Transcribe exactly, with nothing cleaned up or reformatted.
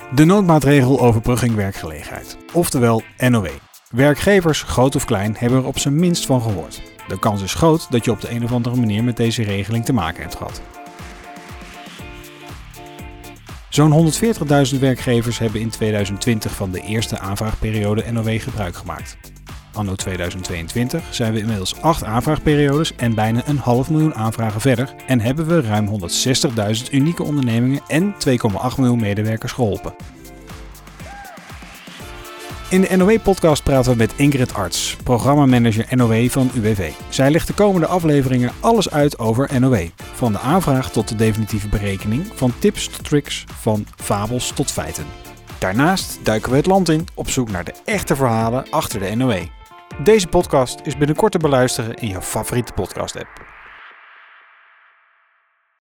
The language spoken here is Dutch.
De noodmaatregel overbrugging werkgelegenheid, oftewel N O W. Werkgevers, groot of klein, hebben er op zijn minst van gehoord. De kans is groot dat je op de een of andere manier met deze regeling te maken hebt gehad. Zo'n honderdveertigduizend werkgevers hebben in tweeduizend twintig van de eerste aanvraagperiode N O W gebruik gemaakt. Anno tweeduizend tweeëntwintig zijn we inmiddels acht aanvraagperiodes en bijna een half miljoen aanvragen verder en hebben we ruim honderdzestigduizend unieke ondernemingen en twee komma acht miljoen medewerkers geholpen. In de N O W-podcast praten we met Ingrid Arts, programmamanager N O W van U W V. Zij legt de komende afleveringen alles uit over N O W. Van de aanvraag tot de definitieve berekening, van tips tot tricks, van fabels tot feiten. Daarnaast duiken we het land in op zoek naar de echte verhalen achter de N O W. Deze podcast is binnenkort te beluisteren in jouw favoriete podcast-app.